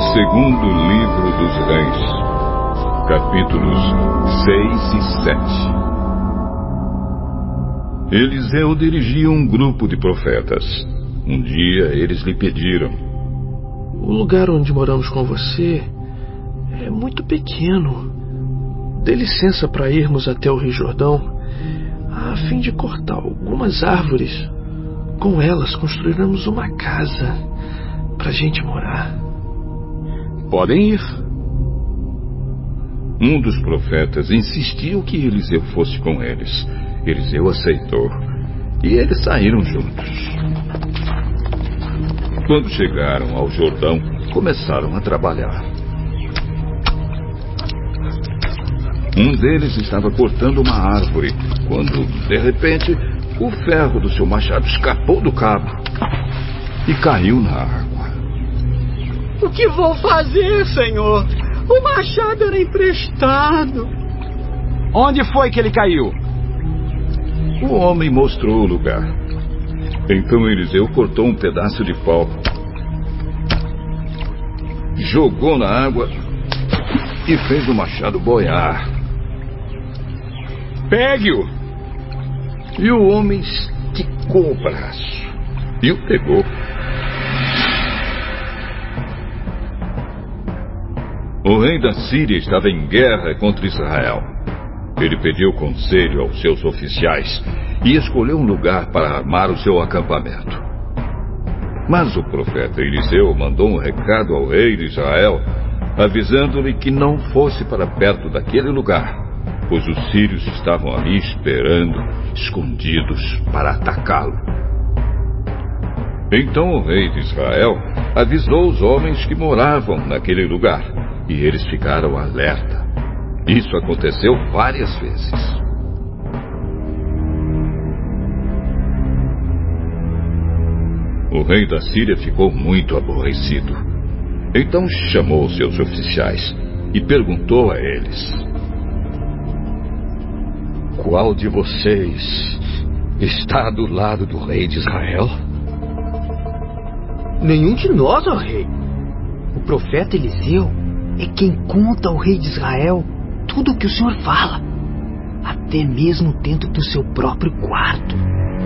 Segundo livro dos Reis, capítulos 6 e 7. Eliseu dirigia um grupo de profetas. Um dia eles lhe pediram: o lugar onde moramos com você é muito pequeno. Dê licença para irmos até o Rio Jordão, a fim de cortar algumas árvores. Com elas construiremos uma casa para a gente morar. Podem ir. Um dos profetas insistiu que Eliseu fosse com eles. Eliseu aceitou e eles saíram juntos. Quando chegaram ao Jordão, começaram a trabalhar. Um deles estava cortando uma árvore, quando, de repente, o ferro do seu machado escapou do cabo e caiu na água. O que vou fazer, Senhor? O machado era emprestado. Onde foi que ele caiu? O homem mostrou o lugar. Então Eliseu cortou um pedaço de pau, jogou na água e fez o machado boiar. Pegue-o! E o homem esticou o braço e o pegou. O rei da Síria estava em guerra contra Israel. Ele pediu conselho aos seus oficiais e escolheu um lugar para armar o seu acampamento. Mas o profeta Eliseu mandou um recado ao rei de Israel, avisando-lhe que não fosse para perto daquele lugar, pois os sírios estavam ali esperando, escondidos, para atacá-lo. Então o rei de Israel avisou os homens que moravam naquele lugar, e eles ficaram alerta. Isso aconteceu várias vezes. O rei da Síria ficou muito aborrecido. Então chamou seus oficiais e perguntou a eles: qual de vocês está do lado do rei de Israel? Nenhum de nós, ó rei. O profeta Eliseu é quem conta ao rei de Israel tudo o que o senhor fala, até mesmo dentro do seu próprio quarto.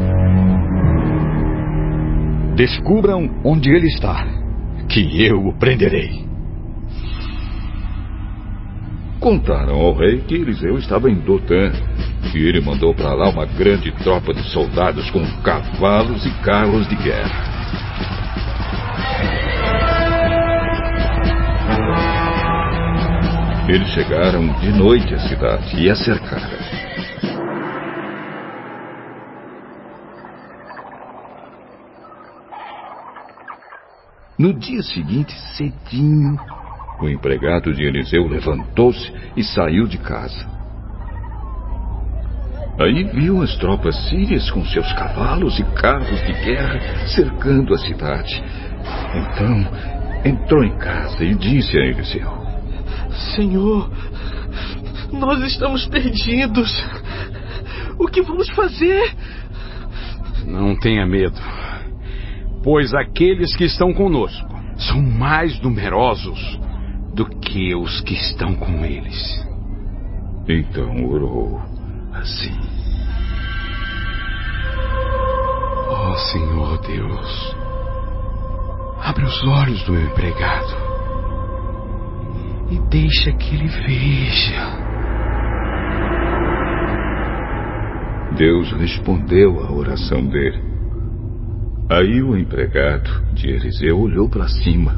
Descubram onde ele está, que eu o prenderei. Contaram ao rei que Eliseu estava em Dotã, e ele mandou para lá uma grande tropa de soldados com cavalos e carros de guerra. Eles chegaram de noite à cidade e a cercaram. No dia seguinte, cedinho, o empregado de Eliseu levantou-se e saiu de casa. Aí viu as tropas sírias com seus cavalos e carros de guerra cercando a cidade. Então entrou em casa e disse a Eliseu: Senhor, nós estamos perdidos. O que vamos fazer? Não tenha medo, pois aqueles que estão conosco são mais numerosos do que os que estão com eles. Então orou assim: ó Senhor Deus, abre os olhos do meu empregado e deixa que ele veja. Deus respondeu à oração dele. Aí o empregado de Eliseu olhou para cima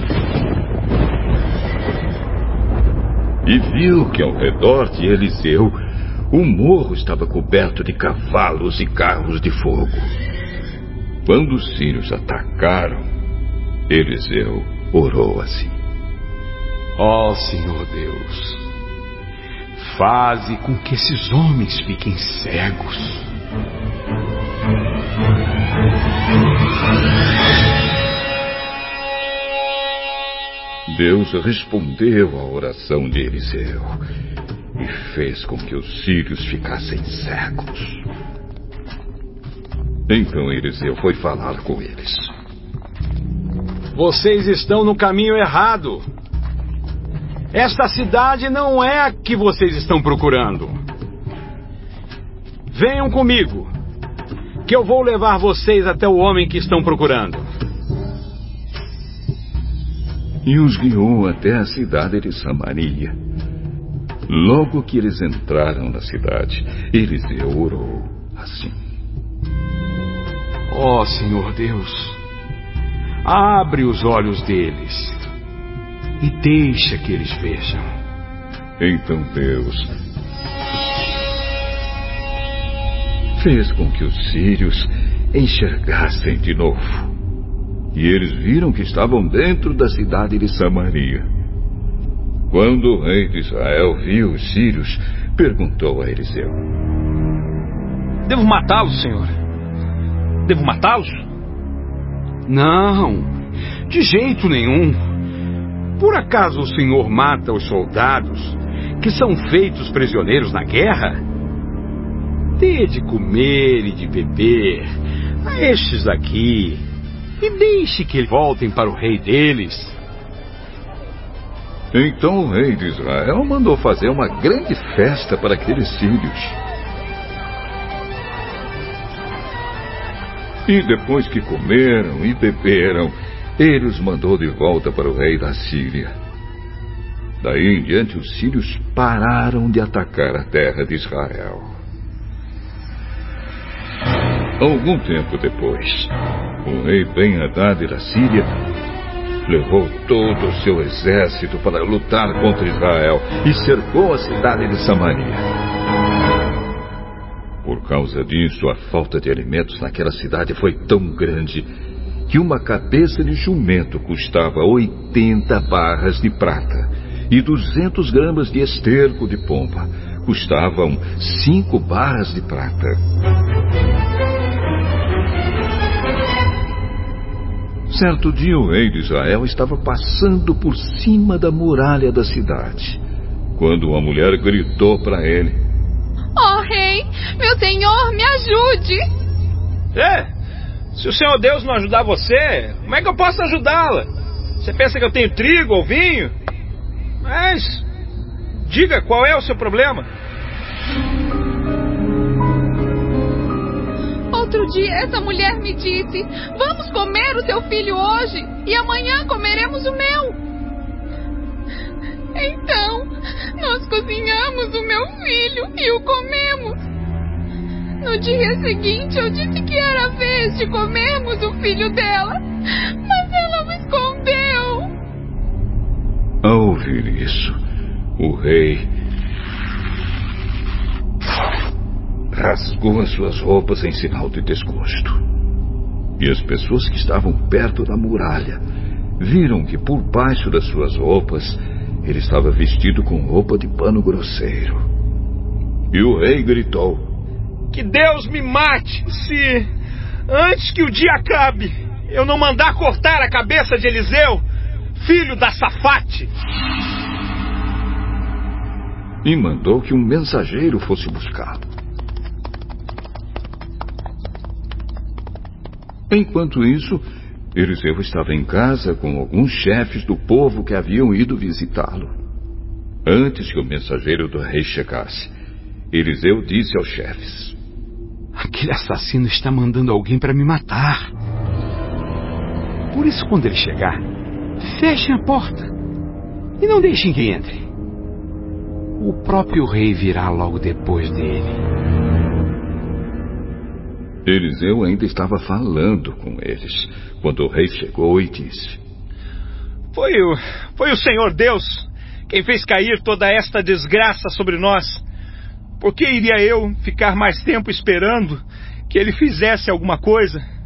e viu que ao redor de Eliseu o morro estava coberto de cavalos e carros de fogo. Quando os sírios atacaram, Eliseu orou assim: ó Senhor Deus, faze com que esses homens fiquem cegos. Deus respondeu à oração de Eliseu e fez com que os sírios ficassem cegos. Então Eliseu foi falar com eles. Vocês estão no caminho errado. Esta cidade não é a que vocês estão procurando. Venham comigo, que eu vou levar vocês até o homem que estão procurando. E os guiou até a cidade de Samaria. Logo que eles entraram na cidade, Eliseu orou assim: Ó Senhor Deus, abre os olhos deles e deixa que eles vejam. Então Deus fez com que os sírios enxergassem de novo. E eles viram que estavam dentro da cidade de Samaria. Quando o rei de Israel viu os sírios, perguntou a Eliseu: Devo matá-los, senhor? Devo matá-los? Não, de jeito nenhum. Por acaso o senhor mata os soldados que são feitos prisioneiros na guerra? Dê de comer e de beber a estes aqui e deixe que eles voltem para o rei deles. Então o rei de Israel mandou fazer uma grande festa para aqueles sírios. E depois que comeram e beberam, ele os mandou de volta para o rei da Síria. Daí em diante os sírios pararam de atacar a terra de Israel. Algum tempo depois, o rei Ben-Hadad da Síria levou todo o seu exército para lutar contra Israel e cercou a cidade de Samaria. Por causa disso, a falta de alimentos naquela cidade foi tão grande que uma cabeça de jumento custava 80 barras de prata e 200 gramas de esterco de pomba custavam 5 barras de prata. Certo dia o rei de Israel estava passando por cima da muralha da cidade, quando uma mulher gritou para ele: Ó rei, meu senhor, me ajude! Se o Senhor Deus não ajudar você, como é que eu posso ajudá-la? Você pensa que eu tenho trigo ou vinho? Mas, diga, qual é o seu problema? Outro dia essa mulher me disse: vamos comer o teu filho hoje e amanhã comeremos o meu. Então, nós cozinhamos o meu filho e o comemos. No dia seguinte eu disse que era a vez de comermos o filho dela, mas ela o escondeu. Ao ouvir isso, o rei rasgou as suas roupas em sinal de desgosto. E as pessoas que estavam perto da muralha viram que por baixo das suas roupas ele estava vestido com roupa de pano grosseiro. E o rei gritou: Que Deus me mate se, antes que o dia acabe, eu não mandar cortar a cabeça de Eliseu, filho da Safate. E mandou que um mensageiro fosse buscá-lo. Enquanto isso, Eliseu estava em casa com alguns chefes do povo que haviam ido visitá-lo. Antes que o mensageiro do rei chegasse, Eliseu disse aos chefes: Aquele assassino está mandando alguém para me matar. Por isso, quando ele chegar, fechem a porta e não deixem que entre. O próprio rei virá logo depois dele. Eliseu ainda estava falando com eles, quando o rei chegou e disse: Foi o Senhor Deus quem fez cair toda esta desgraça sobre nós. Por que iria eu ficar mais tempo esperando que ele fizesse alguma coisa?